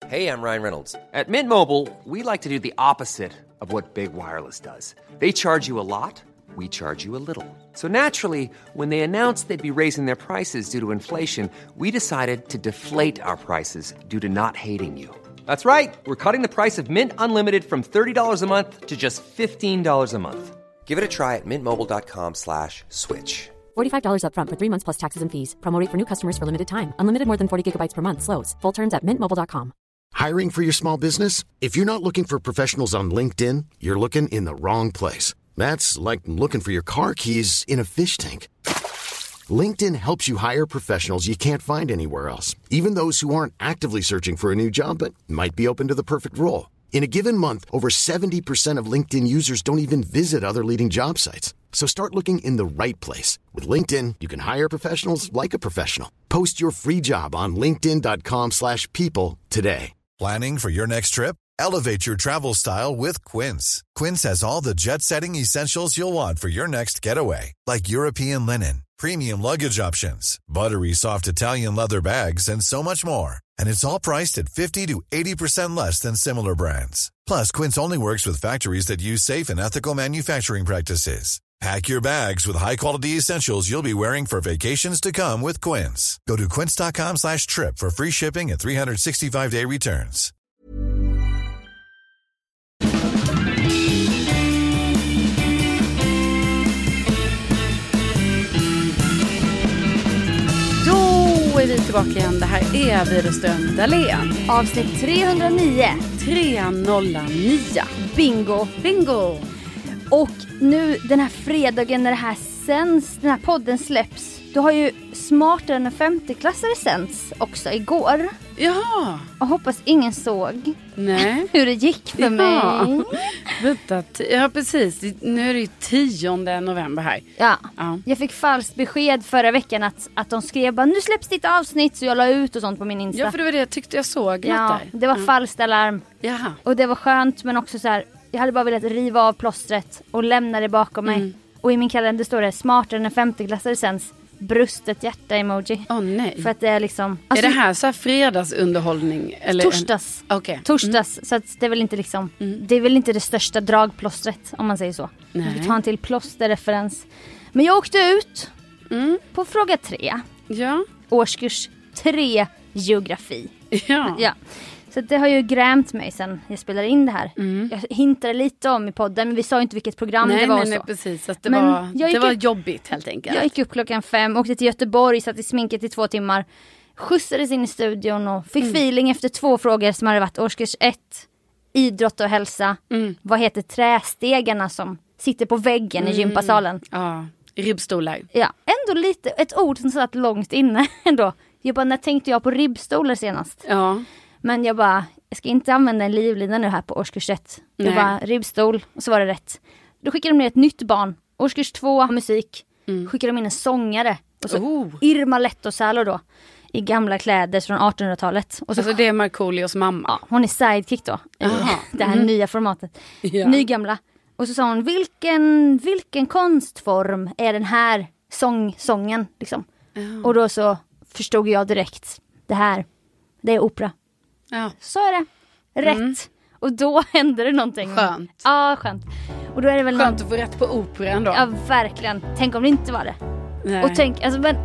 Hey, I'm Ryan Reynolds. At Mint Mobile, we like to do the opposite of what Big Wireless does. They charge you a lot, we charge you a little. So naturally, when they announced they'd be raising their prices due to inflation, we decided to deflate our prices due to not hating you. That's right. We're cutting the price of Mint Unlimited from $30 a month to just $15 a month. Give it a try at mintmobile.com/switch. $45 up front for 3 months plus taxes and fees. Promo rate for new customers for limited time. Unlimited more than 40 gigabytes per month. Slows full terms at mintmobile.com. Hiring for your small business? If you're not looking for professionals on LinkedIn, you're looking in the wrong place. That's like looking for your car keys in a fish tank. LinkedIn helps you hire professionals you can't find anywhere else, even those who aren't actively searching for a new job but might be open to the perfect role. In a given month, over 70% of LinkedIn users don't even visit other leading job sites. So start looking in the right place. With LinkedIn, you can hire professionals like a professional. Post your free job on linkedin.com/people today. Planning for your next trip? Elevate your travel style with Quince. Quince has all the jet-setting essentials you'll want for your next getaway, like European linen, premium luggage options, buttery soft Italian leather bags, and so much more. And it's all priced at 50 to 80% less than similar brands. Plus, Quince only works with factories that use safe and ethical manufacturing practices. Pack your bags with high-quality essentials you'll be wearing for vacations to come with Quince. Go to quince.com/trip for free shipping and 365-day returns. Då är vi tillbaka igen. Det här är Widerström Dahlén. Avsnitt 309. 309. Bingo. Bingo. Och nu den här fredagen när det här sänds, den här podden släpps, då har ju Smartare än 50-klassare sänds också igår. Ja. Och hoppas ingen såg. Nej. Hur det gick för mig. Vänta, ja precis. Nu är det ju 10 november här. Ja. Jag fick falskt besked förra veckan att de skrev bara, nu släpps ditt avsnitt, så jag la ut och sånt på min Insta. Ja, för det var det jag tyckte jag såg. Ja, det var falskt alarm. Jaha. Och det var skönt, men också så här, jag hade bara velat riva av plåstret och lämna det bakom mig. Och i min kalender står det Smartare än 50-klassare sens brustet hjärta-emoji. Nej. För att det är liksom... Alltså, är det här så här fredagsunderhållning? Eller torsdags. Okay. Torsdags. Så att det är väl inte liksom... Det är väl inte det största dragplåstret, om man säger så. Nej. Vi tar en till plåsterreferens. Men jag åkte ut på fråga 3. Ja. Årskurs 3 geografi. Ja. Så det har ju grämt mig sen jag spelade in det här. Jag hintade lite om i podden, men vi sa inte vilket program det var. Nej, precis. Så det var jobbigt helt enkelt. Jag gick upp 5:00, åkte till Göteborg, satt i sminket i 2 timmar. Skjutsades in i studion och fick feeling efter 2 frågor som hade varit årskurs 1. Idrott och hälsa. Vad heter trästegarna som sitter på väggen i gympasalen? Ja, ribbstolar. Ja, ändå lite, ett ord som satt långt inne ändå. Jag bara, när tänkte jag på ribbstolar senast? Ja. Men jag ska inte använda en livlina nu här på årskurs 1. Jag bara, ribbstol, och så var det rätt. Då skickade de ner ett nytt barn. Årskurs 2, musik. Skickade de in en sångare. Och så Irma Lettosalo då. I gamla kläder från 1800-talet. Och så, alltså det är Markoolios mamma. Ja, hon är sidekick då. I det här nya formatet. Ja. Nygamla. Och så sa hon, vilken konstform är den här sången liksom. Och då så förstod jag direkt, det är opera. Ja. Så är det. Rätt. Och då händer det någonting. Skönt. Ja, skönt. Och då är det väl skönt att få rätt på operan då. Ja, verkligen. Tänk om det inte var det. Nej. Och tänk, alltså, men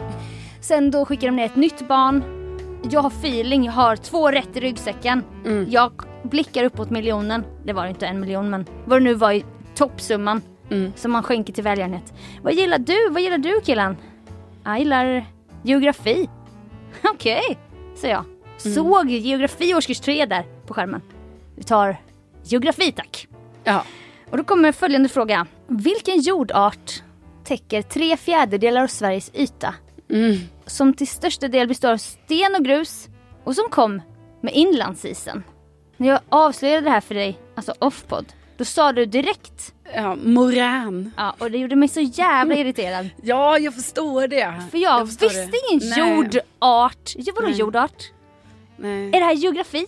sen då skickar de ner ett nytt barn. Jag har feeling, jag har 2 rätt i ryggsäcken. Jag blickar uppåt miljonen. Det var inte 1 miljon, men vad det nu var i toppsumman som man skänker till välgörenhet. Vad gillar du killen? Jag gillar geografi. Okej, så jag såg geografi årskurs 3 där på skärmen. Vi tar geografi, tack. Ja. Och då kommer följande fråga. Vilken jordart täcker 3/4 av Sveriges yta? Som till största del består av sten och grus och som kom med inlandsisen. När jag avslöjade det här för dig, alltså offpod, då sa du direkt. Ja, morän. Ja, och det gjorde mig så jävla irriterad. Ja, jag förstår det. För jag visste ingen jordart. Vadå jordart? Nej. Är det här geografi?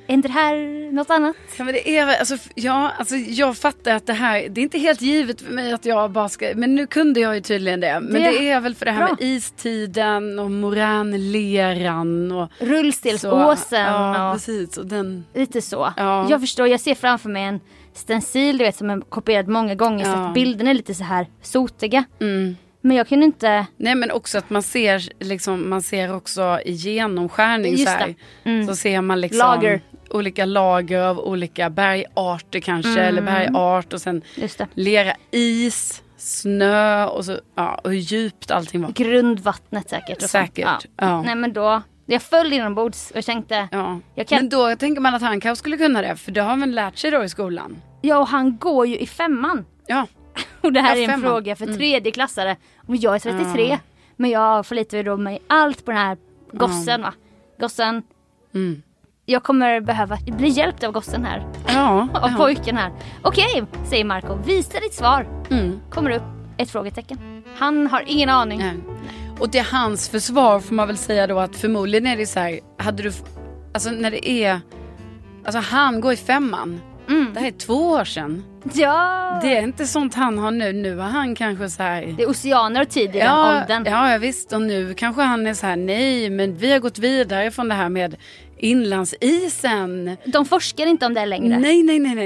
Är inte det här något annat? Ja, men det är alltså jag fattar att det här, det är inte helt givet för mig att jag bara ska, men nu kunde jag ju tydligen det. Men det är väl för det här med istiden och moränleran och rullstensåsen. Ja, och precis. Och den... lite så. Ja. Jag förstår, jag ser framför mig en stencil, du vet, som är kopierad många gånger så att bilderna är lite så här sotiga. Men jag kunde inte... Nej, men också att man ser också i genomskärning så här. Så ser man liksom olika lager av olika bergarter kanske, eller bergart och sen lera, is, snö och så, och hur djupt allting var. Grundvattnet säkert. Säkert, Nej, men då... Jag föll inombords och tänkte... Men då tänker man att han kanske skulle kunna det, för det har man lärt sig då i skolan. Ja, och han går ju i 5:an. Ja. Och det här är en fråga för 3D-klassare. Och jag är 33. Men jag förlitar ju då mig allt på den här gossen, va? Gossen. Jag kommer behöva bli hjälpt av gossen här. Av pojken här. Okej, säger Marco. Visa ditt svar. Kommer upp ett frågetecken. Han har ingen aning. Nej. Och till hans försvar får man väl säga då att förmodligen är det så här, hade du, alltså när det är, alltså han går i 5:an. Det här är 2 år sedan. Ja. Det är inte sånt han har nu. Nu har han kanske så här... Det är oceaner och tid i den åldern. Ja, visst. Och nu kanske han är så här, nej, men vi har gått vidare från det här med inlandsisen. De forskar inte om det längre. Nej.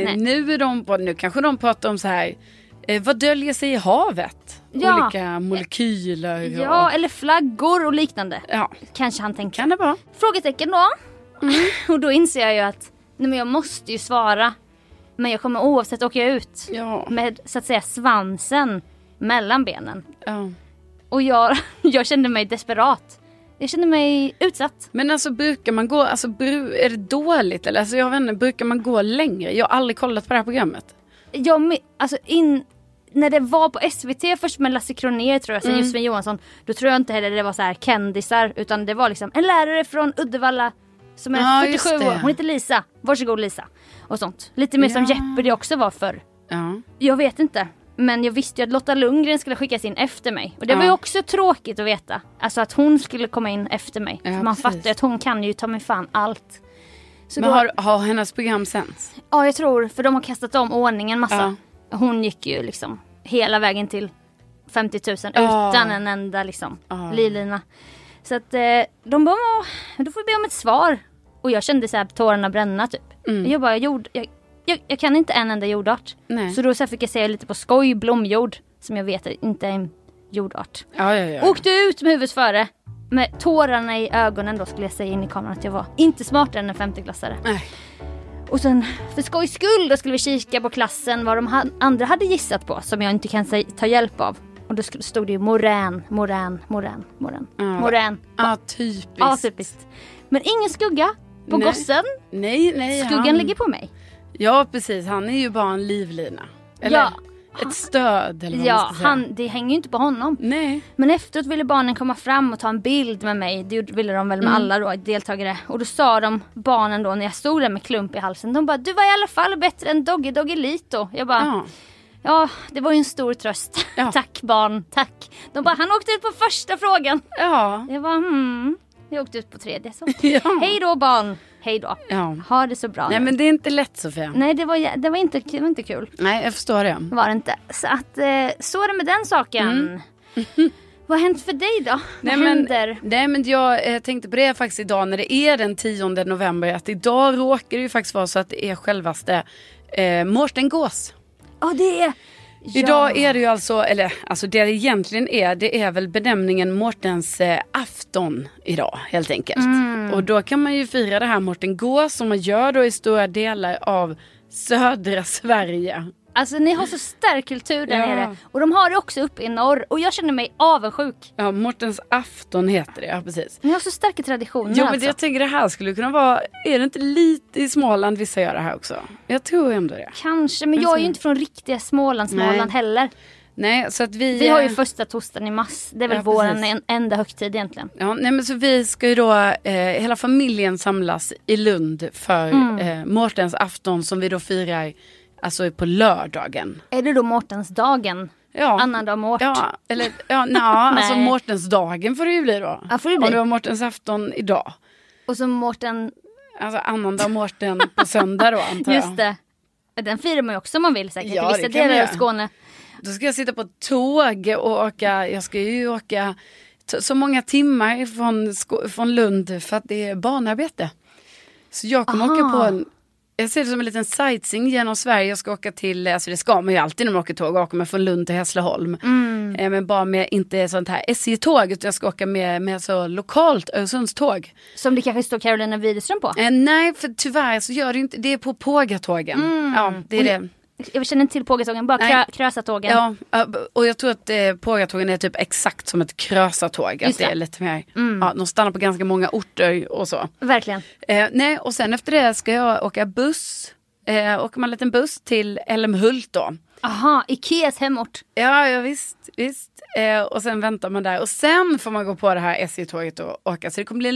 Nu kanske de pratar om så här, vad döljer sig i havet? Ja. Olika molekyler. Ja, eller flaggor och liknande. Ja. Kanske han tänker. Kan det vara? Frågetecken då. Och då inser jag ju att nej, men jag måste ju svara. Men jag kommer oavsett åka ut med, så att säga, svansen mellan benen. Ja. Och jag kände mig desperat. Jag kände mig utsatt. Men alltså brukar man gå, alltså är det dåligt? Eller alltså jag vet inte, brukar man gå längre? Jag har aldrig kollat på det här programmet. När det var på SVT först med Lasse Kronér, tror jag, sen Josefin Johansson, då tror jag inte heller det var så här kändisar, utan det var liksom en lärare från Uddevalla som är 47 år. Hon heter Lisa. Varsågod Lisa. Och sånt. Lite mer som Jeopardy också var förr. Ja. Jag vet inte. Men jag visste ju att Lotta Lundgren skulle skickas in efter mig. Och det var ju också tråkigt att veta. Alltså att hon skulle komma in efter mig. Ja, man fattar ju att hon kan ju ta mig fan allt. Så men då, har hennes program sänds? Ja, jag tror. För de har kastat om ordningen massa. Ja. Hon gick ju liksom hela vägen till 50 000 utan en enda liksom livlina. Så att de bara, då får vi be om ett svar. Och jag kände så här tårarna bränna typ. Jag bara, jag kan inte en enda jordart. Nej. Så då så fick jag säga lite på skoj, blomjord. Som jag vet inte är en jordart. Ja. Åkte ut med huvudet före. Med tårarna i ögonen då skulle jag säga in i kameran att jag var inte smartare än en 50-klassare. Nej. Och sen för skojs skull då skulle vi kika på klassen vad de andra hade gissat på. Som jag inte kan ta hjälp av. Och då stod det ju morän. Ja, typiskt. Ja, typiskt. Men ingen skugga på gossen. Nej. Skuggan ligger på mig. Ja, precis. Han är ju bara en livlina. Eller ett stöd. Eller vad man ska säga. Det hänger ju inte på honom. Nej. Men efteråt ville barnen komma fram och ta en bild med mig. Det ville de väl med alla då, deltagare. Och då sa barnen då, när jag stod där med klump i halsen. De bara, du var i alla fall bättre än Doggelito. Jag bara... Ja, det var ju en stor tröst. Ja. Tack barn, tack. De bara, han åkte ut på första frågan. Ja. Jag bara, jag åkte ut på 3:e. Så. Hej då barn. Hej då. Ja. Ha det så bra. Nej, men det är inte lätt, Sofia. Nej, det var inte kul. Nej, jag förstår det. Var det inte. Så att, så är det med den saken. Vad har hänt för dig då? Nej, men jag tänkte på det faktiskt idag när det är den 10 november. Att idag råkar det ju faktiskt vara så att det är självaste Mårten Gås. Ja, det är... Idag är det ju alltså det egentligen är, det är väl benämningen Mårtens afton idag helt enkelt. Och då kan man ju fira det här Mårten Gås som man gör då i stora delar av södra Sverige. Alltså ni har så stark kultur där nere. Och de har det också uppe i norr. Och jag känner mig avundsjuk. Ja, Mårtens afton heter det, ja precis. Ni har så starka traditioner. Jo, men jag tänker det här skulle kunna vara... Är det inte lite i Småland vissa gör det här också? Jag tror ändå det. Kanske, men jag är ju inte från riktiga Småland heller. Nej, så att vi har ju första torsdagen i mars. Det är väl våran enda högtid egentligen. Ja, nej men så vi ska ju då hela familjen samlas i Lund för Mårtens afton som vi då firar alltså på lördagen. Är det då Mårtensdagen? Ja. Annandag Mårt. Ja, eller alltså Mårtensdagen får det ju bli då. Ja, får det bli. Och det var Mårtens afton idag. Och så Mårten Alltså annandag Mårten på söndag då, antar jag. Just det. Den firar man ju också om man vill säkert. Ja, i vissa delar av Skåne. Då ska jag sitta på ett tåg och åka. Jag ska ju åka så många timmar från Lund för att det är barnarbete. Så jag kommer åka på jag ser det som en liten sightseeing genom Sverige. Jag ska åka till, alltså det ska man ju alltid när man åker tåg. Åker man från Lund till Hässleholm. Men bara med, inte sånt här SJ-tåg, utan jag ska åka med så lokalt Öresundståg. Som det kanske står Carolina Widerström på? Nej, för tyvärr så gör det inte. Det är på Pågatågen. Ja, det är det. Jag känner inte till Pågatågen, bara Krösatågen. Ja, och jag tror att Pågatågen är typ exakt som ett Krösatåg. Att det är lite mer, de stannar på ganska många orter och så. Verkligen. Nej, och sen efter det ska jag åka buss. Åker man en liten buss till Älmhult då. Aha, Ikeas hemort. Ja, visst. Och sen väntar man där. Och sen får man gå på det här SJ-tåget och åka. Så det kommer bli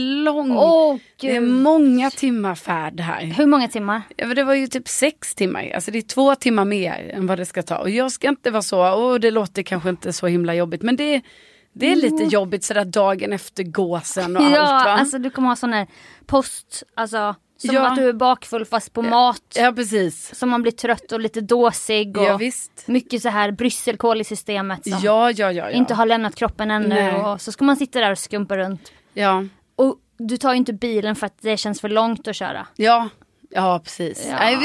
det är många timmar färd här. Hur många timmar? Ja, det var ju typ 6 timmar. Alltså det är 2 timmar mer än vad det ska ta. Och jag ska inte vara så, och det låter kanske inte så himla jobbigt. Men det är lite jobbigt sådär dagen efter gåsen och allt, va? Ja, alltså du kommer ha sån här post, alltså... Som att du är bakfull fast på mat. Ja, precis. Som man blir trött och lite dåsig. Och visst. Mycket så här brysselkål i systemet. Som Ja. inte har lämnat kroppen ännu. Och så ska man sitta där och skumpa runt. Ja. Och du tar ju inte bilen för att det känns för långt att köra. Ja, precis.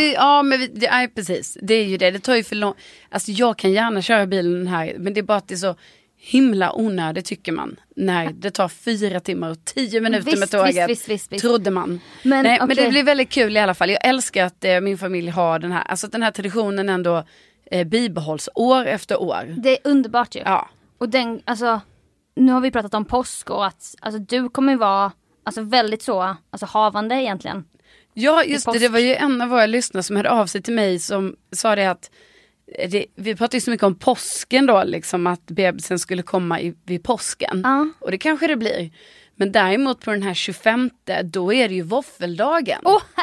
Nej, precis. Det är ju det. Det tar ju för långt. Alltså jag kan gärna köra bilen här. Men det är bara att det är så himla onödigt, tycker man. Nej, det tar 4 timmar och 10 minuter med tåget. Visst. Trodde man. Men det blir väldigt kul i alla fall. Jag älskar att min familj har den här. Alltså att den här traditionen ändå bibehålls år efter år. Det är underbart ju. Ja. Och nu har vi pratat om påsk och att alltså, du kommer vara väldigt så havande egentligen. Ja, just det. Det var ju en av våra lyssnare som hörde av sig till mig som sa det att vi pratade ju så mycket om påsken då, liksom att bebisen skulle komma vid påsken. Och det kanske det blir. Men däremot på den här 25, då är det ju våffeldagen.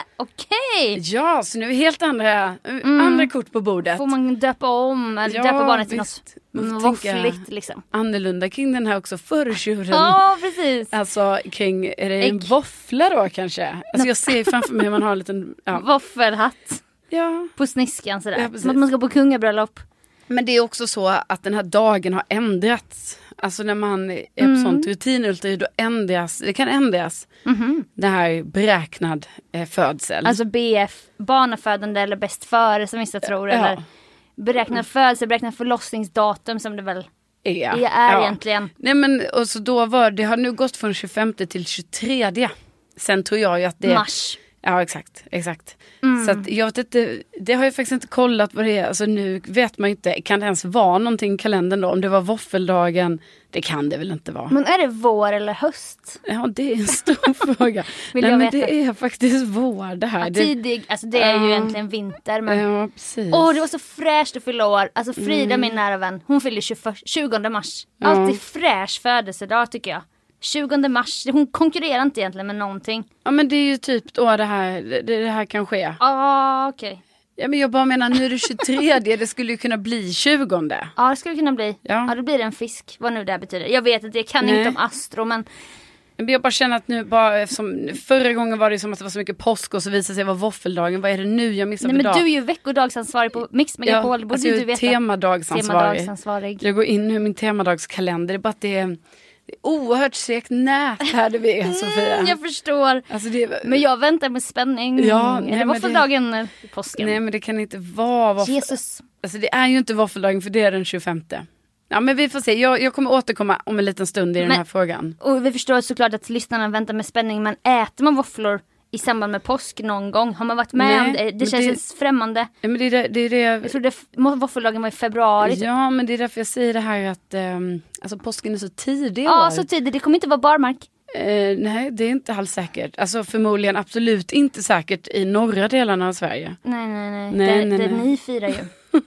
Okej. Ja, så nu är helt andra kort på bordet. Får man döpa om eller döpa barnet till något våffligt liksom. Annorlunda kring den här också förtjuren. Ja, precis. Alltså kring, är det en våffla då kanske? Alltså jag ser framför mig hur man har en liten våffelhatt. Ja. På sniskan sådär. Som att man ska på kungabröllop. Men det är också så att den här dagen har ändrats. Alltså när man är på sånt rutinultid, då det kan ändras. Det här beräknad födsel. Alltså BF, barnafödande eller bäst före som vissa tror. Eller beräknad födsel, beräknad förlossningsdatum som det väl är egentligen. Nej, men och så då det har nu gått från 25 till 23. Sen tror jag ju att det mars. Ja, exakt. Så att jag vet inte, det har jag faktiskt inte kollat vad det är. Alltså nu vet man inte, kan det ens vara någonting i kalendern då? Om det var våffeldagen, det kan det väl inte vara. Men är det vår eller höst? Ja, det är en stor fråga. Nej, men det är faktiskt vår det här. Tidig, alltså det är ju egentligen vinter. Men... Ja, precis. Det var så fräscht att fylla år. Alltså Frida, min nära vän, hon fyller 20 mars. Alltid fräsch födelsedag tycker jag. 20 mars, hon konkurrerar inte egentligen med någonting. Ja, men det är ju typ då det här kan ske. Okej. Ja, men jag bara menar, nu är det 23, det skulle ju kunna bli 20. Ja, det skulle kunna bli. Ja, då blir det en fisk, vad nu det betyder. Jag vet att det kan inte om astro, men jag bara känner att nu eftersom förra gången var det som att det var så mycket påsk och så visade sig vara våffeldagen. Vad är det nu jag missar för dag? Men du är ju veckodagsansvarig på Mix Megapol. Alltså jag är temadagsansvarig. Jag går in i min temadagskalender. Det är bara att det är oerhört segt nät här det vi är, Sofia. Jag förstår. Alltså men jag väntar med spänning. Ja, är det våffeldagen i påsken? Nej, men det kan inte vara Jesus. Alltså det är ju inte våffeldagen, för det är den 25. Ja, men vi får se. Jag kommer återkomma om en liten stund i den här frågan. Och vi förstår såklart att lyssnarna väntar med spänning. Men äter man våfflor i samband med påsk någon gång? Har man varit med om det? Det känns främmande. Ja, men det är det. Jag trodde våffeldagen var i februari. Ja, men det är därför jag säger det här att alltså påsken är så tidig. Ja, så tidig. Det kommer inte vara barmark. Nej, det är inte alls säkert. Alltså förmodligen absolut inte säkert i norra delarna av Sverige. Nej. Det ni firar ju.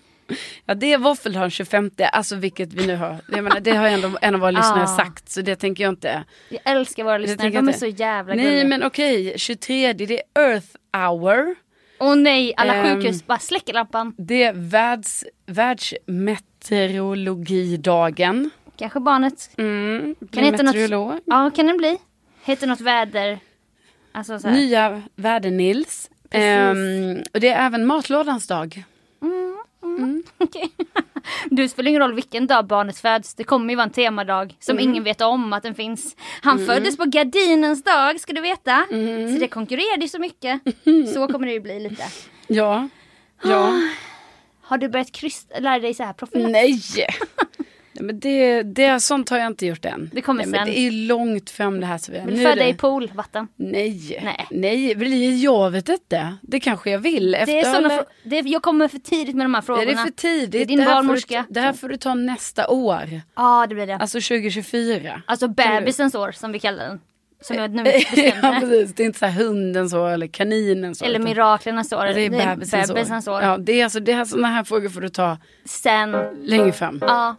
Ja, det är våffeldagen 25. Alltså vilket vi nu har. Jag menar, det har ändå en av våra lyssnare sagt. Så det tänker jag inte. Jag älskar våra lyssnare. De är så jävla gulliga. Nej, men okej. 23, det är Earth Hour. Åh nej, alla sjukhus. Bara släcker lampan. Det är världsmeteorologidagen. Kanske barnet. Kan heta meteorolog. Ja, kan den bli? Heter något väder? Alltså, så här. Nya värden-Nils. Och det är även matlådans dag. Okay. Du spelar ingen roll vilken dag barnet föds. Det kommer ju vara en temadag som ingen vet om att den finns. Han föddes på gardinens dag, ska du veta. Så det konkurrerade ju så mycket. Så kommer det ju bli lite. Ja. Har du börjat lära dig så här profilaks? Nej. Men det sånt har jag inte gjort än. Det kommer sen. Men det är långt fram det här. Så vill du föda i poolvatten? Nej, jag vet inte. Det kanske jag vill. Jag kommer för tidigt med de här frågorna. Är det för tidigt? Det är din barnmorska. Det här får du ta nästa år. Ja, det blir det. Alltså 2024. Alltså bebisens år som vi kallar den. Som jag nu bestämde. Ja, precis. Det är inte så här hundens år eller kaninens år. Eller miraklernas år. Det är bebisens år. Ja, det är sådana här frågor får du ta sen. Längre fram. Ja.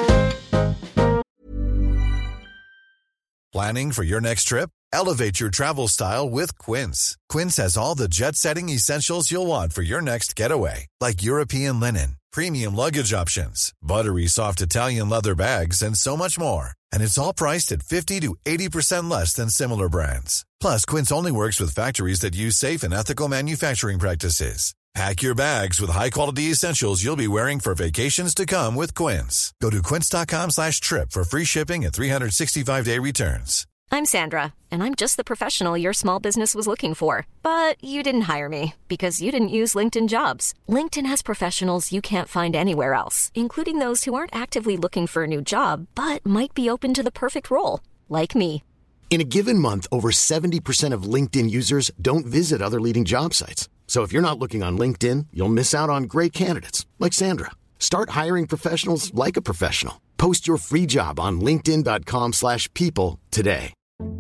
Planning for your next trip? Elevate your travel style with Quince. Quince has all the jet-setting essentials you'll want for your next getaway. Like European linen, premium luggage options, buttery soft Italian leather bags, and so much more. And it's all priced at 50 to 80% less than similar brands. Plus, Quince only works with factories that use safe and ethical manufacturing practices. Pack your bags with high-quality essentials you'll be wearing for vacations to come with Quince. Go to quince.com/trip for free shipping and 365-day returns. I'm Sandra, and I'm just the professional your small business was looking for. But you didn't hire me because you didn't use LinkedIn Jobs. LinkedIn has professionals you can't find anywhere else, including those who aren't actively looking for a new job, but might be open to the perfect role, like me. In a given month, over 70% of LinkedIn users don't visit other leading job sites. So if you're not looking on LinkedIn, you'll miss out on great candidates like Sandra. Start hiring professionals like a professional. Post your free job on linkedin.com/people today.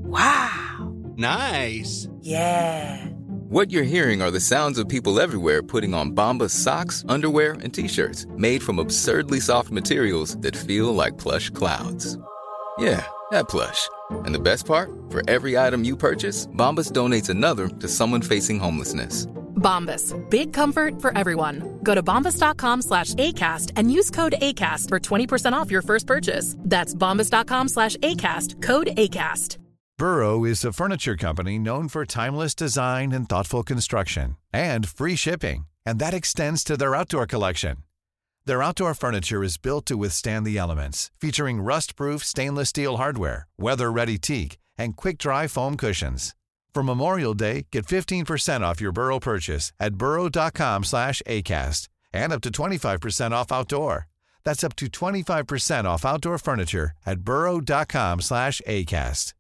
Wow. Nice. Yeah. What you're hearing are the sounds of people everywhere putting on Bombas socks, underwear, and T-shirts made from absurdly soft materials that feel like plush clouds. Yeah, that plush. And the best part? For every item you purchase, Bombas donates another to someone facing homelessness. Bombas. Big comfort for everyone. Go to bombas.com/ACAST and use code ACAST for 20% off your first purchase. That's bombas.com/ACAST. Code ACAST. Burrow is a furniture company known for timeless design and thoughtful construction and free shipping. And that extends to their outdoor collection. Their outdoor furniture is built to withstand the elements, featuring rust-proof stainless steel hardware, weather-ready teak, and quick-dry foam cushions. For Memorial Day, get 15% off your Burrow purchase at burrow.com/ACAST and up to 25% off outdoor. That's up to 25% off outdoor furniture at burrow.com/ACAST.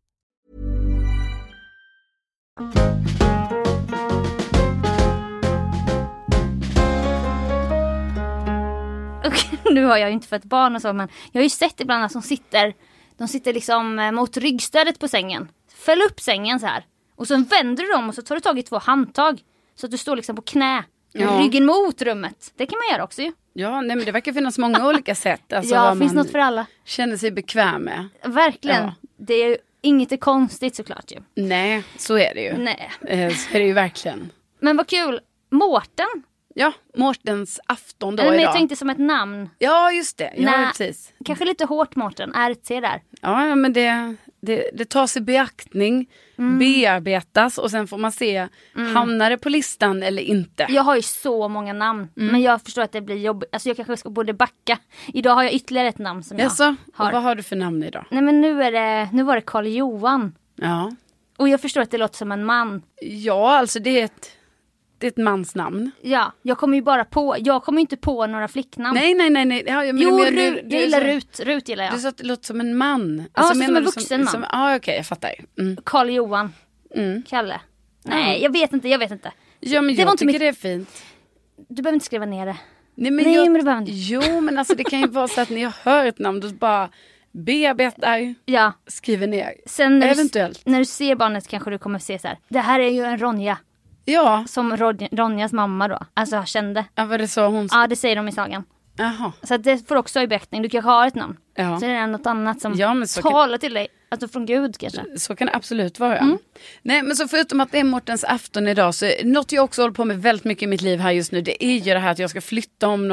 Nu har jag ju inte fått barn och så, men jag har ju sett ibland att de sitter liksom mot ryggstödet på sängen. Fäll upp sängen så här. Och så vänder du dem och så tar du tag i 2 handtag. Så att du står liksom på knä. Ryggen mot rummet. Det kan man göra också ju. Ja, nej, men det verkar finnas många olika sätt. Alltså, ja, det finns något för alla. Känner sig bekväm med. Verkligen. Ja. Det är ju inget är konstigt såklart ju. Nej, så är det ju. Nej. Så är det ju verkligen. Men vad kul. Mårten. Ja, Mårtens afton då men idag. Jag tänkte som ett namn. Ja, just det. Ja, precis. Kanske lite hårt Mårten. RT där. Ja, men det tas i beaktning, bearbetas och sen får man se hamnar det på listan eller inte. Jag har ju så många namn, men jag förstår att det blir jobbigt. Alltså jag kanske ska borde backa. Idag har jag ytterligare ett namn som jag har. Och vad har du för namn idag? Nej, men nu var det Karl Johan. Ja. Och jag förstår att det låter som en man. Ja, alltså det är ett mansnamn. Ja, jag kommer inte på några flicknamn. Nej. Ja, jag gillar Rut. Rut gillar jag. Du sa att det låter som en man. Ja, alltså, som en vuxen man. Ja, okej, jag fattar. Karl Johan. Kalle. Nej, jag vet inte. Ja, men jag tycker det är fint. Du behöver inte skriva ner det. Nej, men du behöver inte. Jo, men alltså det kan ju vara så att ni har hört ett namn, då bara bearbetar, skriver ner. Sen eventuellt. När du ser barnet kanske du kommer se så här. Det här är ju en Ronja. Ja. Som Ronjas mamma då. Alltså kände. Ja, vad det sa hon? Ja, det säger de i sagan. Jaha. Så att det får också i beaktning. Du kanske har ett namn. Ja. Så är det något annat som talar till dig. Alltså från Gud kanske. Så kan det absolut vara. Nej, men så förutom att det är Mårtens afton idag, så något jag också håller på med väldigt mycket i mitt liv här just nu, det är ju det här att jag ska flytta om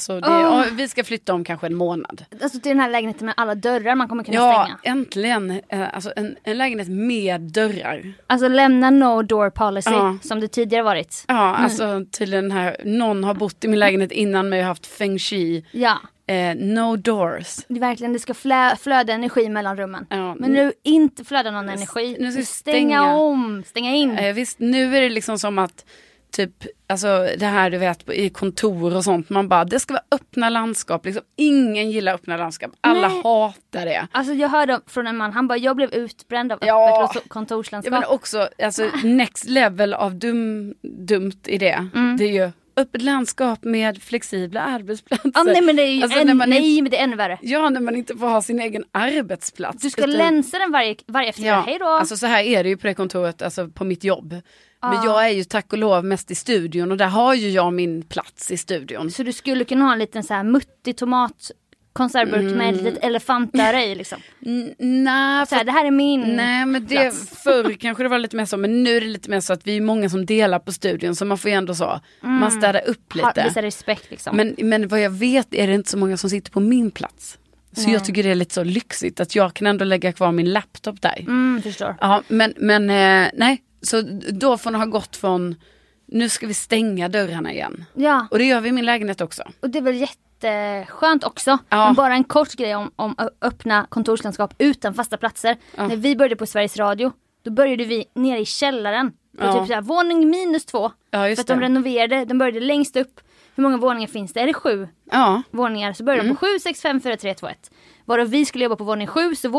vi ska flytta om kanske en månad. Alltså till den här lägenheten med alla dörrar man kommer kunna stänga. Ja, äntligen. Alltså en lägenhet med dörrar. Alltså lämna no door policy som det tidigare varit. Ja, alltså tydligen här, någon har bott i min lägenhet innan mig och haft feng shui. Ja. No doors. Det är verkligen, det ska flöda energi mellan rummen. Ja, men nu inte flöda någon energi. Nu ska stänga in. Visst, nu är det liksom som att typ, alltså det här du vet i kontor och sånt, man bara, det ska vara öppna landskap, liksom. Ingen gillar öppna landskap, alla hatar det. Alltså jag hörde från en man, han bara, jag blev utbränd av öppet kontorslandskap. Ja, men också, alltså next level av dumt i det. Det är ju öppet landskap med flexibla arbetsplatser. Nej men det är ju alltså, men det är ännu värre. Ja, när man inte får ha sin egen arbetsplats. Du ska länsa den varje eftermiddag, hej då. Alltså så här är det ju på det kontoret, alltså på mitt jobb. Men jag är ju tack och lov mest i studion och där har ju jag min plats i studion. Så du skulle kunna ha en liten så här muttig konservburk med ett litet elefantöra i liksom. Nej, så här, det här är min nej, men det plats. Förr kanske det var lite mer så, men nu är det lite mer så att vi är många som delar på studion, så man får ju ändå så, man städar upp lite. Visa respekt liksom. Men vad jag vet är det inte så många som sitter på min plats. Så jag tycker det är lite så lyxigt att jag kan ändå lägga kvar min laptop där. Förstår. Ja, men nej. Så då får man ha gått från, nu ska vi stänga dörrarna igen. Ja. Och det gör vi i min lägenhet också. Och det är väl jätteskönt också. Men bara en kort grej om öppna kontorslandskap utan fasta platser. När vi började på Sveriges Radio, då började vi nere i källaren. På typ så här, våning -2. För att de renoverade, de började längst upp. Hur många våningar finns det? Är det 7 våningar? Så började de på 7, 6, 5, 4, 3, 2, 1. Varav vi skulle jobba på våning 7, så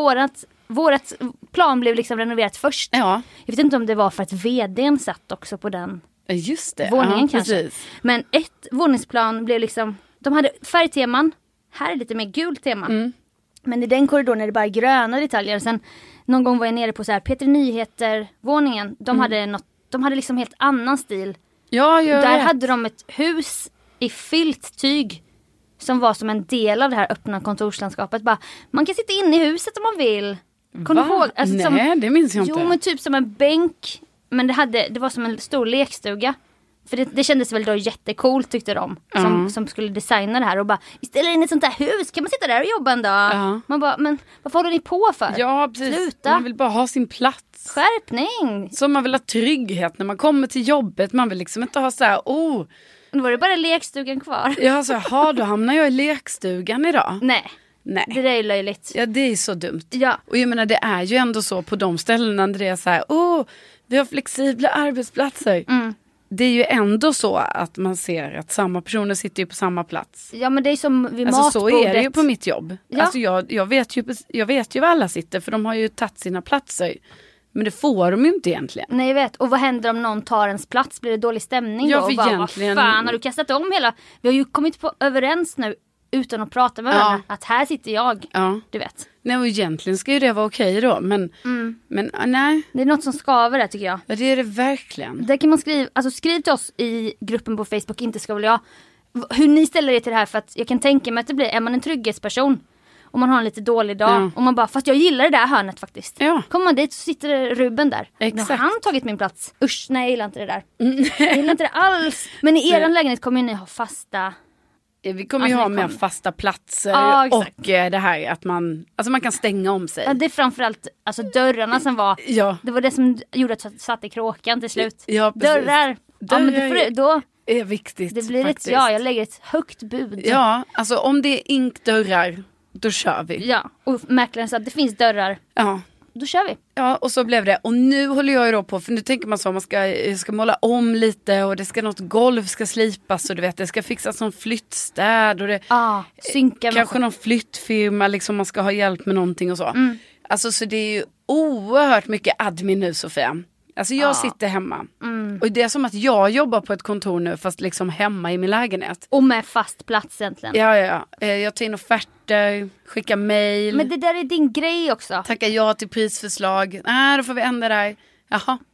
vårat plan blev liksom renoverat först. Jag vet inte om det var för att vdn satt också på den våningen kanske. Precis. Men ett våningsplan blev liksom, de hade färgteman, här är lite mer gult tema. Men i den korridoren är det bara gröna detaljer. Sen någon gång var jag nere på så här Peter Nyheter-våningen. De hade liksom helt annan stil. Där hade de ett hus i filttyg som var som en del av det här öppna kontorslandskapet. Bara, man kan sitta inne i huset om man vill. Kommer du ihåg? Alltså, nej, det minns jag inte. Jo, men typ som en bänk. Men det var som en stor lekstuga. För det kändes väl då jättekult, tyckte de. Som skulle designa det här. Och bara, vi ställer in ett sånt här hus. Kan man sitta där och jobba en dag? Man bara, men vad håller ni på för? Ja, precis. Sluta. Man vill bara ha sin plats. Skärpning. Så man vill ha trygghet när man kommer till jobbet. Man vill liksom inte ha så här, Nu var det bara lekstugan kvar. Ja, så då hamnar jag i lekstugan idag. Nej. Det där är löjligt. Ja, det är så dumt. Ja. Och jag menar, det är ju ändå så på de ställena där det är så här, vi har flexibla arbetsplatser. Det är ju ändå så att man ser att samma personer sitter ju på samma plats. Ja, men det är som vid matbordet. Så är det ju på mitt jobb. Ja. Alltså jag vet ju var alla sitter, för de har ju tagit sina platser. Men det får de ju inte egentligen. Nej, jag vet. Och vad händer om någon tar ens plats? Blir det dålig stämning då? För egentligen... Vad fan, har du kastat om hela... Vi har ju kommit överens nu utan att prata med varandra. Att här sitter jag. Du vet. Nej, och egentligen ska ju det vara okej då. Men nej. Det är något som skaver där, tycker jag. Ja, det är det verkligen. Där kan man skriv till oss i gruppen på Facebook, inte ska väl jag. Hur ni ställer er till det här, för att jag kan tänka mig att det blir, är man en trygghetsperson och man har en lite dålig dag och man bara, fast jag gillar det där hörnet faktiskt. Kommer man dit så sitter Ruben där. Exakt. Nu har han tagit min plats. Usch, nej, jag gillar inte det där. Jag gillar inte det alls. Men i er lägenhet kommer ni ha fasta... Vi kommer ju ha med fasta platser och det här att man kan stänga om sig. Ja, det är framförallt dörrarna som var... Det var det som gjorde att jag satt i kråkan till slut. Ja, dörrar. Men då är viktigt. Det blir faktiskt. Jag lägger ett högt bud. Ja, alltså om det är inkdörrar, då kör vi. Ja, och mäklaren sa att det finns dörrar. Ja. Då kör vi. Ja, och så blev det. Och nu håller jag ju då på, för nu tänker man så, man ska måla om lite och det ska något golv ska slipas och du vet, det ska fixas som flyttstäd och det synka kanske någon flyttfirma, liksom man ska ha hjälp med någonting och så. Alltså så det är ju oerhört mycket admin nu, Sofia. Alltså jag sitter hemma. Och det är som att jag jobbar på ett kontor nu, fast liksom hemma i min lägenhet. Och med fast plats egentligen. Ja. Jag tar in offerter, skickar mejl. Men det där är din grej också. Tackar ja till prisförslag. Då får vi ändra där. Jaha.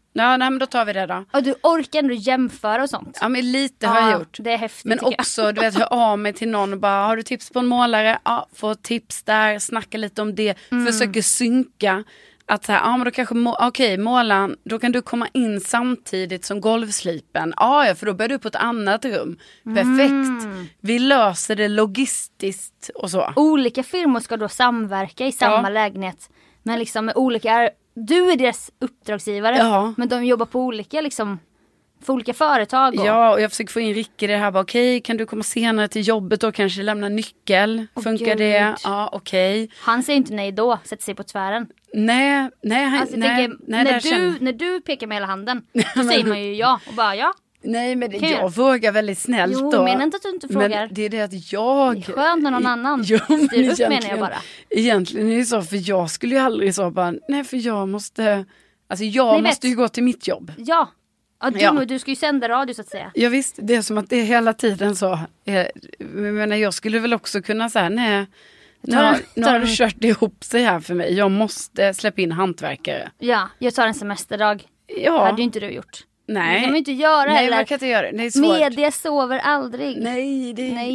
Ja, nej, men då tar vi det då. Och du orkar ändå jämföra och sånt. Ja, men lite har jag gjort. Det är häftigt. Men också, du vet, hör av mig till någon och bara, har du tips på en målare? Ja, få tips där, snacka lite om det. Försöker synka. Att så här, men då kanske, okej, målaren, då kan du komma in samtidigt som golvslipen. Ja, för då börjar du på ett annat rum. Perfekt. Vi löser det logistiskt och så. Olika firmor ska då samverka i samma lägenhet. Men liksom med olika, du är deras uppdragsgivare. Men de jobbar på olika liksom, för olika företag. Ja, och jag försöker få in Rick i det här. Okej, kan du komma senare till jobbet då? Kanske lämna nyckel. Funkar det? Ja, okej. Han säger inte nej då, sätter sig på tvären. Nej, alltså, när du pekar med hela handen, då säger man ju ja och bara ja. Nej, men jag vågar väldigt snällt då. Jo, menar inte att du inte frågar. Men det är det att jag... Det är skönt när någon annan styr upp, menar jag bara. Egentligen är det så, för jag skulle ju aldrig så bara, nej, för jag måste... Alltså jag måste ju gå till mitt jobb. Ja, du ska ju sända radio så att säga. Ja visst, det är som att det är hela tiden så. Jag skulle väl också kunna säga, nej... Nu har du kört ihop sig här för mig. Jag måste släppa in hantverkare. Ja, jag tar en semesterdag. Ja. Hade ju inte du gjort. Nej. Det kan man inte göra heller. Nej, man kan inte göra det. Det är svårt. Media sover aldrig. Nej.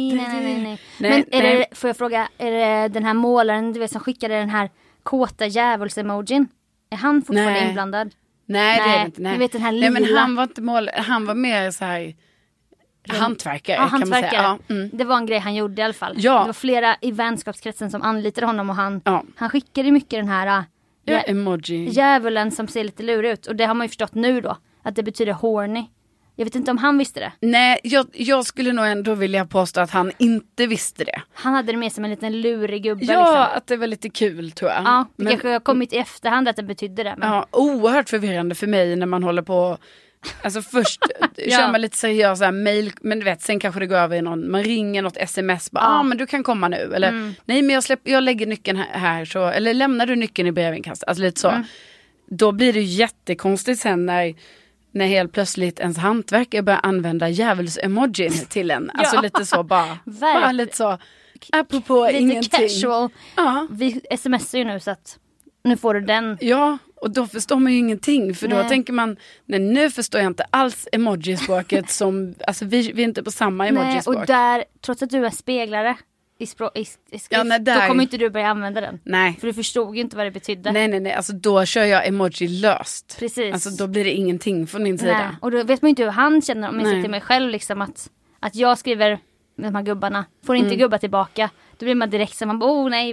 Men det, får jag fråga, är det den här målaren du vet som skickade den här kåta djävuls-emojin? Är han fortfarande inblandad? Nej, det är det inte. Nej. Du vet den här lila. Nej, men han var inte målare. Han var mer så här... hantverkare, kan man säga. Ja, Det var en grej han gjorde i alla fall. Ja. Det var flera i vänskapskretsen som anlitade honom och han skickade mycket den här emoji. Djävulen som ser lite lurig ut. Och det har man ju förstått nu då, att det betyder horny. Jag vet inte om han visste det. Nej, jag skulle nog ändå vilja påstå att han inte visste det. Han hade det med som en liten lurig gubbe. Ja, liksom. att det var lite kul tror jag. Ja, det kanske har kommit i efterhand att det betydde det. Men... Ja, oerhört förvirrande för mig när man håller på... Alltså först kör man lite seriösa mail, men du vet, sen kanske det går över i någon, man ringer något sms, bara, men du kan komma nu, eller nej men jag lägger nyckeln här så, eller lämnar du nyckeln i brevinkastet, alltså lite så. Då blir det ju jättekonstigt sen när helt plötsligt ens hantverkare börjar använda djävuls-emojin till en, alltså lite så bara lite så, apropå lite ingenting. Casual. Vi smsar ju nu så att nu får du den. Ja, och då förstår man ju ingenting. För då tänker man, nej nu förstår jag inte alls emojispråket som, alltså vi är inte på samma emojispråk. Och där, trots att du är speglare i skrift, då kommer inte du börja använda den. Nej. För du förstod ju inte vad det betydde. Nej, alltså då kör jag emoji löst. Precis. Alltså då blir det ingenting från min sida. Och då vet man ju inte hur han känner om jag säger till mig själv liksom att jag skriver med de här gubbarna, får inte gubba tillbaka. Då blir man direkt så man bara, nej,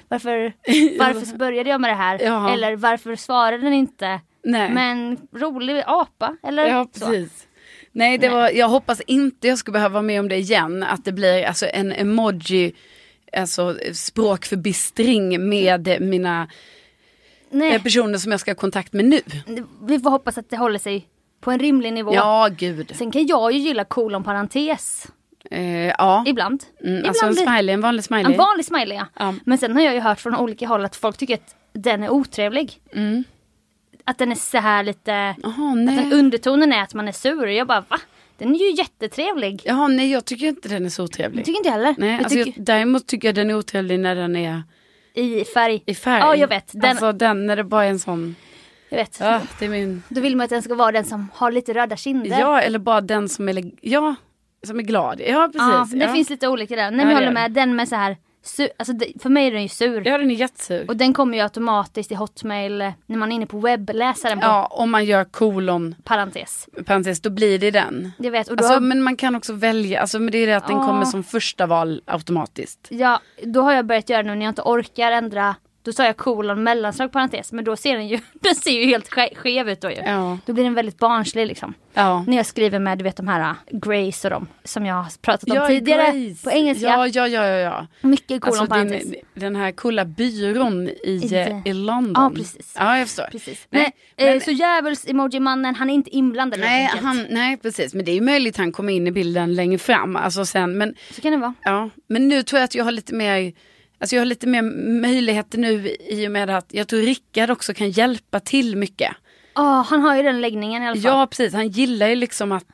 varför började jag med det här? Ja. Eller varför svarade den inte? Nej. Men rolig apa, eller? Ja, precis. Så. Nej, jag hoppas inte jag ska behöva vara med om det igen. Att det blir alltså en emoji, alltså språkförbistring med mina personer som jag ska ha kontakt med nu. Vi får hoppas att det håller sig på en rimlig nivå. Ja, gud. Sen kan jag ju gilla kolonparentes. Ibland. Alltså en vanlig smiley. En vanlig smiley, ja. Men sen har jag ju hört från olika håll att folk tycker att den är otrevlig. Att den är så här lite... att den undertonen är att man är sur. Och jag bara, va? Den är ju jättetrevlig. Jaha, nej, jag tycker inte den är så otrevlig. Jag tycker inte heller. Nej, däremot tycker jag den är otrevlig när den är... I färg. Ja, jag vet. Alltså den när det bara är en sån... Jag vet. Ja, det är min... Då vill man att den ska vara den som har lite röda kinder. Ja, eller bara den som är... Ja, som är glad. Ja, precis. Ja, det finns lite olika där. Nej, men jag håller med. Den med så här... Alltså för mig är den ju sur. Ja, den är jättesur. Och den kommer ju automatiskt i Hotmail när man är inne på webbläsaren. Ja, om man gör kolon parentes, då blir det den. Jag vet. Och alltså, men man kan också välja. Alltså, men det är det att den kommer som första val automatiskt. Ja, då har jag börjat göra nu när jag inte orkar ändra. Då sa jag kolon mellanslag parentes. Men då ser den ser ju helt skev ut då ju. Ja. Då blir den väldigt barnslig liksom. Ja. När jag skriver med, du vet, de här Grace och dem som jag har pratat om tidigare. Grace. På engelska. Ja. Mycket kolon parentes. Den här coola byrån i London. Ja, precis. Ja, jag förstår. Precis. Men, så djävuls-emoji-mannen, han är inte inblandad. Nej, precis. Men det är ju möjligt att han kommer in i bilden längre fram. Alltså sen, men, så kan det vara. Ja, men nu tror jag att jag har lite mer... Alltså jag har lite mer möjligheter nu i och med att jag tror Rickard också kan hjälpa till mycket. Han har ju den läggningen i alla fall. Ja, precis. Han gillar ju liksom att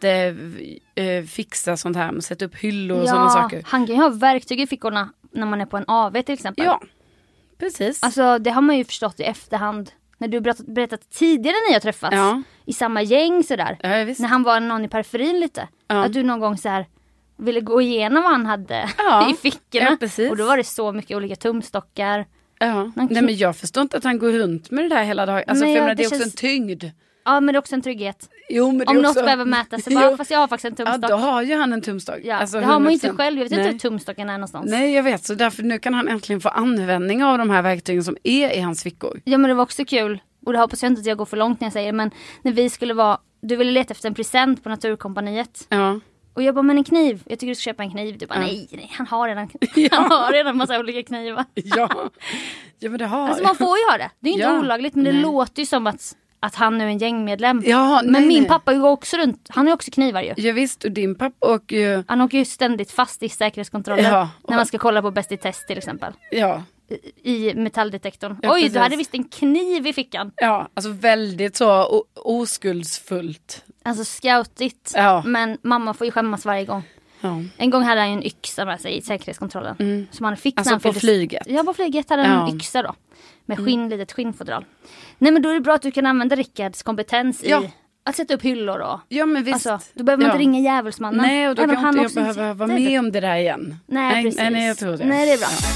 fixa sånt här, sätta upp hyllor och sådana saker. Han kan ju ha verktyg i fickorna när man är på en AV till exempel. Ja, precis. Alltså det har man ju förstått i efterhand. när du berättat tidigare när jag träffats. Ja. I samma gäng sådär. Ja, visst. När han var någon i periferin lite. Ja. Att du någon gång så här ville gå igenom vad han hade i fickorna. Ja, precis. Och då var det så mycket olika tumstockar. Ja. Nej, men jag förstår inte att han går runt med det där hela dagen. Alltså, för det är också en tyngd. Ja, men det är också en trygghet. Jo, men det om också... något behöver mätas så bara, fast jag har faktiskt en tumstock. Ja, då har ju han en tumstock. Ja, alltså, det har man ju inte själv. Jag vet inte hur tumstocken är någonstans. Nej, jag vet. Så därför nu kan han äntligen få användning av de här verktygen som är i hans fickor. Ja, men det var också kul. Och det hoppas jag inte att jag går för långt när jag säger. Men när vi skulle vara... Du ville leta efter en present på Naturkompaniet. Ja. Och jag bara, men en kniv. Jag tycker du ska köpa en kniv. Du bara, nej, han har redan han har redan en massa olika knivar. Ja, men det har... Alltså man får ju ha det. Det är inte olagligt, men det låter ju som att han nu är en gängmedlem. Ja, men min pappa går också runt. Han har ju också knivar ju. Ja visst, och din pappa och ju... Han åker ju ständigt fast i säkerhetskontroller. När man ska kolla på Bäst i test till exempel. Ja. I metalldetektorn. Ja, oj, precis. Du hade visst en kniv i fickan. Ja, alltså väldigt så oskuldsfullt. Alltså scoutigt. Ja. Men mamma får ju skämmas varje gång. Ja. En gång hade han ju en yxa med sig i säkerhetskontrollen. Som han fick alltså på flyget? Ja, på flyget hade han en yxa då. Med litet skinnfodral. Nej, men då är det bra att du kan använda Rickards kompetens i att sätta upp hyllor då. Ja, men visst. Alltså, då behöver man inte ringa djävulsmannen. Nej, och då kan inte jag behöva vara med om det där igen. Nej, precis. Nej, jag tror det. Nej, det är bra. Ja.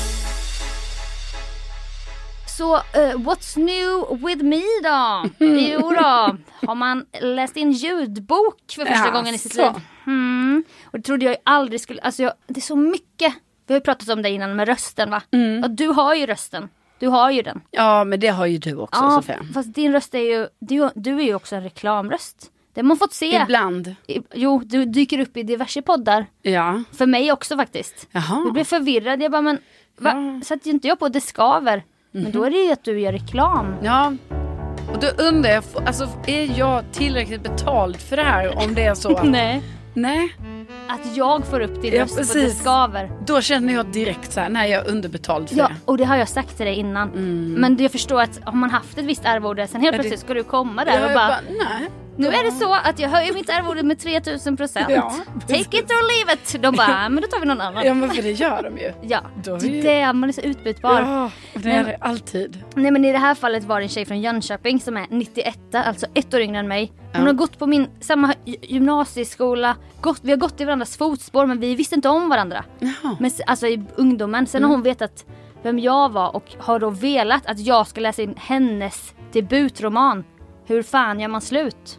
Så, what's new with me då? Jo då, har man läst in ljudbok för första gången i sitt liv. Och det trodde jag aldrig skulle, alltså det är så mycket. Vi har ju pratat om det innan med rösten va? Och du har ju rösten. Du har ju den. Ja, men det har ju du också, Sofia. Fast din röst är ju, du är ju också en reklamröst. Det har man fått se. Ibland. Jo, du dyker upp i diverse poddar. Ja. För mig också faktiskt. Jaha. Jag blev förvirrad, jag bara, men satt ju inte jag på det skaver. Men då är det ju att du gör reklam. Ja, och då undrar jag, alltså är jag tillräckligt betald för det här om det är så? Nej. Att jag får upp din röst på det skaver. Då känner jag direkt så här, nej jag är underbetald för det. Och det har jag sagt till dig innan. Men jag förstår att om man haft ett visst arvode, sen helt plötsligt ska du komma där och bara nej. Nu är det så att jag höjer mitt arvode med 3000%. Ja, take it or leave it. De bara, men då tar vi någon annan. Ja, men för det gör de ju. Ja, det man är så utbytbar. Ja, det är det alltid. Nej, men i det här fallet var det en tjej från Jönköping som är 91, alltså 1 år yngre än mig. Hon har gått på min samma gymnasieskola. Vi har gått i varandras fotspår, men vi visste inte om varandra. Men, alltså i ungdomen. Sen har hon vetat vem jag var och har då velat att jag ska läsa in hennes debutroman. Hur fan gör man slut?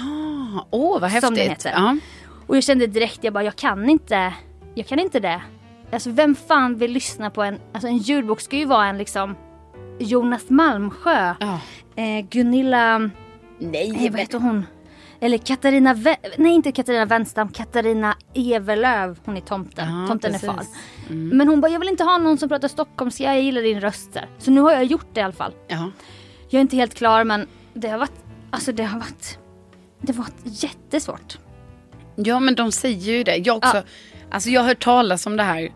Vad häftigt. Som den heter. Och jag kände direkt, jag kan inte det. Alltså vem fan vill lyssna på en ljudbok ska ju vara en liksom Jonas Malmsjö. Gunilla, vad heter hon? Eller Katarina, inte Katarina Wenstam, Katarina Evelöv, hon är tomten. Tomten är far. Men hon bara, jag vill inte ha någon som pratar stockholmska, jag gillar din röst där. Så nu har jag gjort det i alla fall. Jag är inte helt klar, men det har varit jättesvårt. Ja, men de säger ju det. Jag också, alltså jag har hört talas om det här.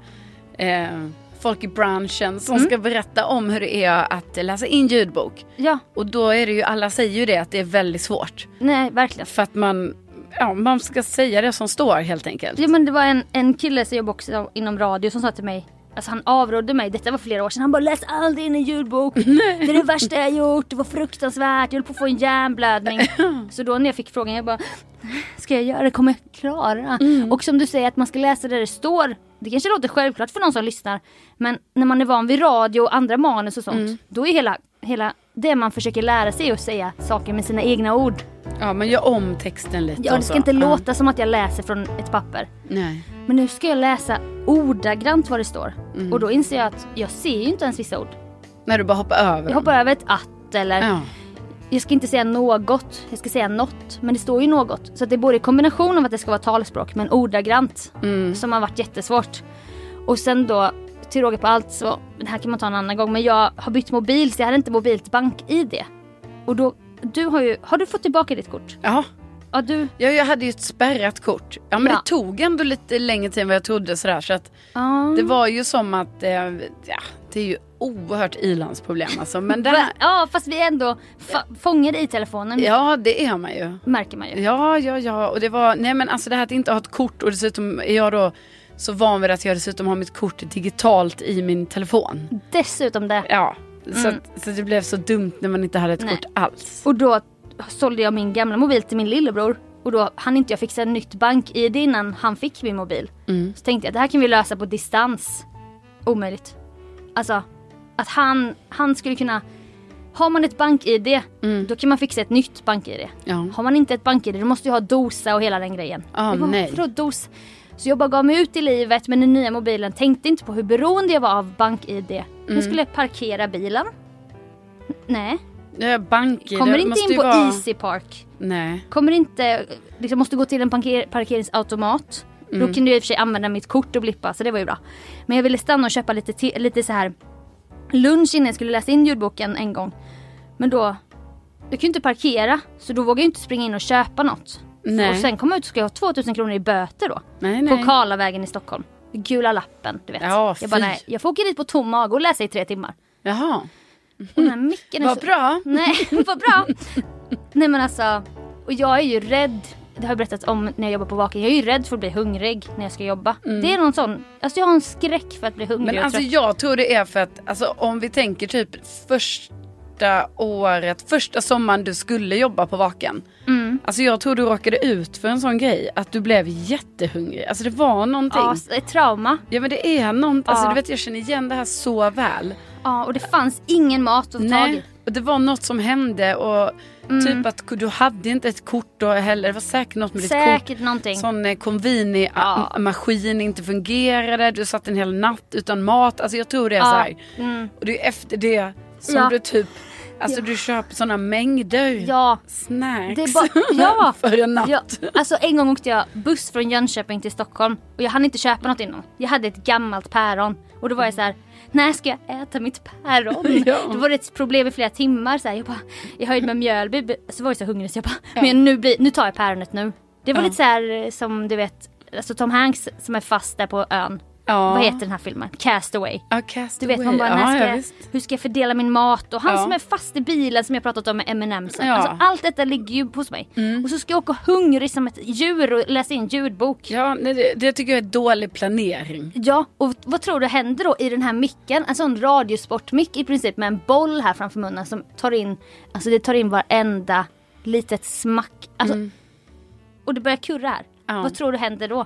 Folk i branschen som ska berätta om hur det är att läsa in ljudbok. Ja. Och då är det ju, alla säger ju det, att det är väldigt svårt. Nej, verkligen. För att man ska säga det som står helt enkelt. Ja, men det var en kille som jobbar också inom radio som sa till mig, alltså han avrådde mig, detta var flera år sedan. Han bara, läs aldrig in en ljudbok. Det är det värsta jag gjort, det var fruktansvärt. Jag höll på att få en hjärnblödning. Så då när jag fick frågan, jag bara, ska jag göra det? Kommer jag klara? Och som du säger, att man ska läsa där det står. Det kanske låter självklart för någon som lyssnar. Men när man är van vid radio och andra manus och sånt, då är hela det man försöker lära sig att säga saker med sina egna ord. Ja, men gör om texten lite. Ja, det ska inte låta som att jag läser från ett papper. Nej. Men nu ska jag läsa ordagrant vad det står. Och då inser jag att jag ser ju inte ens vissa ord. När du bara hoppar över. Jag hoppar över ett att eller... Jag ska inte säga något, jag ska säga något. Men det står ju något. Så att det är både i kombination av att det ska vara talspråk, men ordagrant. Som har varit jättesvårt. Och sen då, till råga på allt, så det här kan man ta en annan gång. Men jag har bytt mobil, så jag hade inte mobilt bank-ID. Och då, har du fått tillbaka ditt kort? Ja. Ja, jag hade ju ett spärrat kort. Ja, men det tog ändå lite längre tid än vad jag trodde. Sådär, så att det var ju som att det är ju oerhört ilandsproblem alltså. Men ja, fast vi är ändå fångade i telefonen. Ja, det är man ju. Märker man ju. Ja. Och det var, nej men alltså det här att inte ha ett kort. Och dessutom är jag då så van vid att jag dessutom har mitt kort digitalt i min telefon. Dessutom det. Ja. Så det blev så dumt när man inte hade ett kort alls. Och då sålde jag min gamla mobil till min lillebror. Och då hann inte jag fixa en nytt bank-ID innan han fick min mobil. Så tänkte jag, det här kan vi lösa på distans. Omöjligt. Alltså, att han skulle kunna... Har man ett bank-ID, då kan man fixa ett nytt bank-ID. Ja. Har man inte ett bank-ID, då måste jag ha dosa och hela den grejen. För dos. Så jag bara gav mig ut i livet med den nya mobilen. Tänkte inte på hur beroende jag var av bank-ID. Jag skulle parkera bilen. Nej. Bank-ID kommer inte in på Easy Park. Nej. Kommer inte... Liksom måste gå till en parkeringsautomat. Då kunde jag i och för sig använda mitt kort och blippa. Så det var ju bra. Men jag ville stanna och köpa lite så här... lunch innan jag skulle läsa in ljudboken en gång. Men då jag kunde inte parkera. Så då vågade jag inte springa in och köpa något. Nej. Och sen kom jag ut och ska jag ha 2000 kronor i böter då. Nej. På Karlavägen i Stockholm. Gula lappen, du vet. Ja, jag bara, nej, jag får åka dit på tom mag och läsa i 3 timmar. Jaha. Och den här micken är vad bra. Nej, vad bra. Nej men alltså. Och jag är ju rädd. Det har jag berättat om när jag jobbar på Vaken. Jag är ju rädd för att bli hungrig när jag ska jobba. Det är någon sån... Alltså jag har en skräck för att bli hungrig. Men alltså jag tror det är för att... Alltså om vi tänker typ första sommaren du skulle jobba på Vaken. Alltså jag tror du råkade ut för en sån grej. Att du blev jättehungrig. Alltså det var någonting. Ja, ett trauma. Ja men det är någonting. Alltså du vet, jag känner igen det här så väl. Ja, och det fanns ingen mat att ta i. Och det var något som hände och... Typ att du hade inte ett kort då heller. Det var säkert något med ditt kort. Säkert någonting. Sån Convini-maskin inte fungerade. Du satt en hel natt utan mat. Alltså jag tror det är så här. Och det är efter det som du typ... Alltså du köper såna mängder snacks det är för en natt. Ja. Alltså en gång åkte jag buss från Jönköping till Stockholm. Och jag hann inte köpa något innan. Jag hade ett gammalt päron. Och då var jag så här... När ska jag äta mitt päron? Då var det ett problem i flera timmar. Så här, jag höjde med Mjölby. Så var jag så hungrig så jag bara... Men nu tar jag päronet nu. Det var lite så här som du vet... Alltså Tom Hanks som är fast där på ön. Vad heter den här filmen? Castaway. Castaway. Du vet man bara, hur ska jag fördela min mat? Och han som är fast i bilen som jag pratat om med M&M's. Alltså allt detta ligger ju hos mig. Och så ska jag åka hungrig som ett djur och läsa in ljudbok. Ja, det tycker jag är dålig planering. Ja, och vad tror du händer då i den här micken? En sån radiosportmick i princip med en boll här framför munnen som tar in, alltså det tar in varenda litet smack. Alltså, och det börjar kurra här. Vad tror du händer då?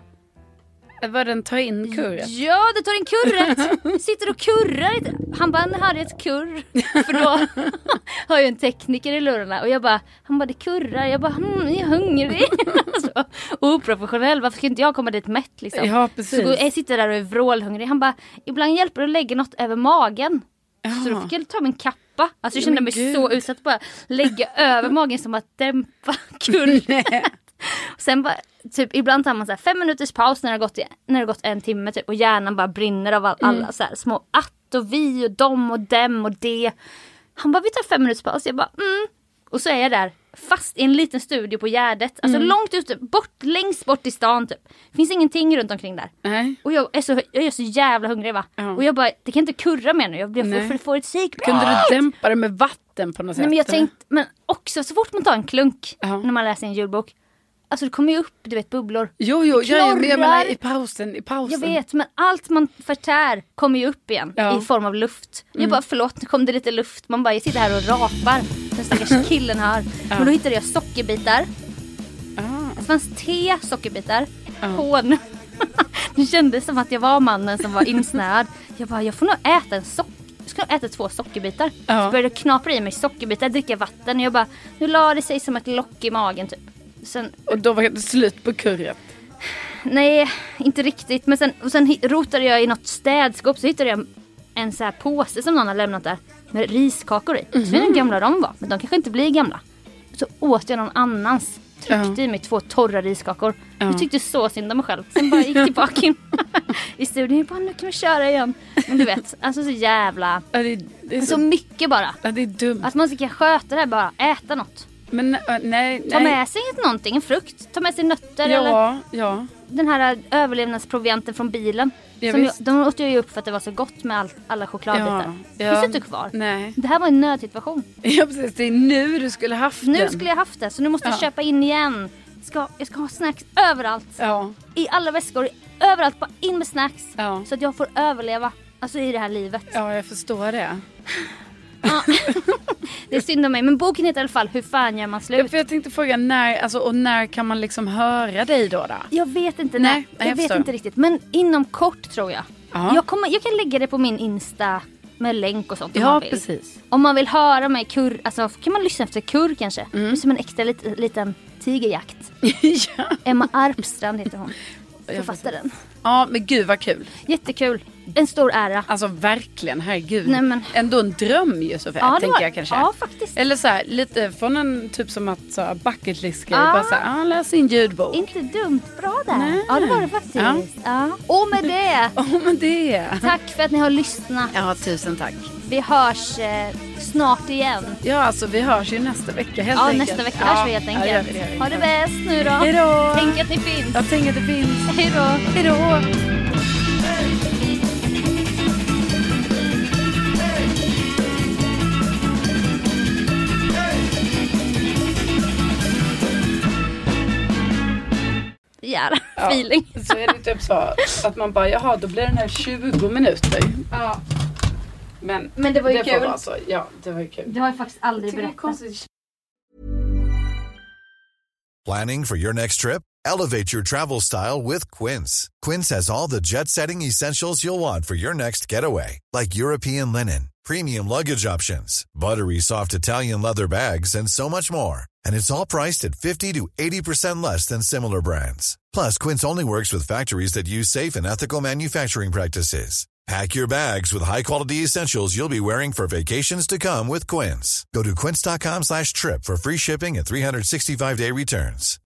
Vad den tar in kurret? Ja, det tar in kurret. Sitter och kurrar. Han bara, nu har jag ett kurr. För då har jag en tekniker i lurarna. Och jag bara, han bara, det kurrar. Jag bara, jag är hungrig. Så oprofessionell. Varför ska inte jag komma dit mätt liksom? Ja, precis. Så jag sitter där och är vrålhungrig. Han bara, ibland hjälper det att lägga något över magen. Så då fick jag ta min kappa. Alltså jag kände mig så utsatt. Bara lägga över magen som att dämpa kurret. Sen bara, typ, ibland tar man så här 5 minuters paus när det har gått 1 timme typ, och hjärnan bara brinner av alla så här små att och vi och dem och dem och det. Han bara, vi tar 5 minuters paus. Jag bara, Och så är jag där fast i en liten studio på Gärdet. Alltså långt ute, längst bort i stan typ. Finns ingenting runt omkring där. Och jag är så jävla hungrig va. Och jag bara, det kan inte kurra mer nu. Jag får ett psykbrott. Kunde du dämpa det med vatten på något sätt? Nej, men jag tänkte, men också så fort man tar en klunk när man läser en ljudbok. Alltså det kommer ju upp, du vet, bubblor. Jo, jag menar i pausen. Jag vet, men allt man förtär kommer ju upp igen i form av luft. Jag bara, förlåt, nu kom det lite luft. Man bara, jag sitter här och rapar. Den stackars killen här. Men då hittade jag sockerbitar. Det fanns 3 sockerbitar. Hån. Det kändes som att jag var mannen som var insnöad. Jag bara, jag får nog äta jag ska nog äta 2 sockerbitar. Så började jag knapra i mig sockerbitar, dricka vatten. Och jag bara, nu la det sig som ett lock i magen typ. Och då var det slut på kurret? Nej, inte riktigt. Men sen rotade jag i något städskåp. Så hittade jag en så här påse som någon har lämnat där med riskakor i. Så vet jag hur gamla de var. Men de kanske inte blir gamla. Så åt jag någon annans. Tryckte i mig 2 torra riskakor. Jag tyckte så synd om mig själv. Sen bara gick tillbaka in i studion. Jag bara, nu kan vi köra igen. Men du vet, alltså så jävla... det är så mycket bara. Ja, det är dumt. Att man ska sköta det här bara. Äta något. Men nej. Ta med sig någonting, en frukt. Ta med sig nötter eller den här överlevnadsprovianten från bilen. De åt jag ju upp för att det var så gott med alla chokladbitar. Det finns inte kvar. Nej. Det här var en nödsituation. Ja, precis. Det är nu du skulle haft den. Nu skulle jag haft det, så nu måste jag köpa in igen. Jag ska ha snacks överallt. I alla väskor, överallt. Bara in med snacks. Så att jag får överleva. Alltså i det här livet. Ja, jag förstår det. Det är synd om mig. Men boken heter i alla fall Hur fan gör man slut? Ja, för jag tänkte fråga när kan man liksom höra dig då? Jag vet inte. Nej, jag vet inte riktigt. Men inom kort tror jag. Jag kan lägga det på min Insta med länk och sånt om man vill. Precis. Om man vill höra mig alltså kan man lyssna efter kurr kanske. Som en extra liten tigerjakt. Ja. Emma Arpstrand heter hon. Författaren. Ja, men gud vad kul. Jättekul. En stor ära. Alltså verkligen, herregud. Nej, men... Ändå en dröm ju, Sofia, tänker jag kanske. Ja, faktiskt. Eller så här, lite från en typ som att så här, bucket list bara så här, läs in ljudbok. Inte dumt, bra där. Nej. Ja, det var det faktiskt. Ja. Och med det. Tack för att ni har lyssnat. Ja, tusen tack. Vi hörs snart igen. Ja, alltså vi hörs ju nästa vecka helt enkelt. Nästa vecka hörs vi helt enkelt. Ha det bäst nu då. Hejdå. Tänk att ni finns. Jag tänker att det finns. Hejdå. Hejdå. Jävla feeling. Så är det typ så att man bara, jaha, då blir den här 20 minuter. Ja. Men det var ju kul. Alltså, ja, det var ju kul. Det har jag faktiskt aldrig berättat. Planning for your next trip? Elevate your travel style with Quince. Quince has all the jet-setting essentials you'll want for your next getaway, like European linen, premium luggage options, buttery soft Italian leather bags, and so much more. And it's all priced at 50 to 80% less than similar brands. Plus, Quince only works with factories that use safe and ethical manufacturing practices. Pack your bags with high-quality essentials you'll be wearing for vacations to come with Quince. Go to quince.com/trip for free shipping and 365-day returns.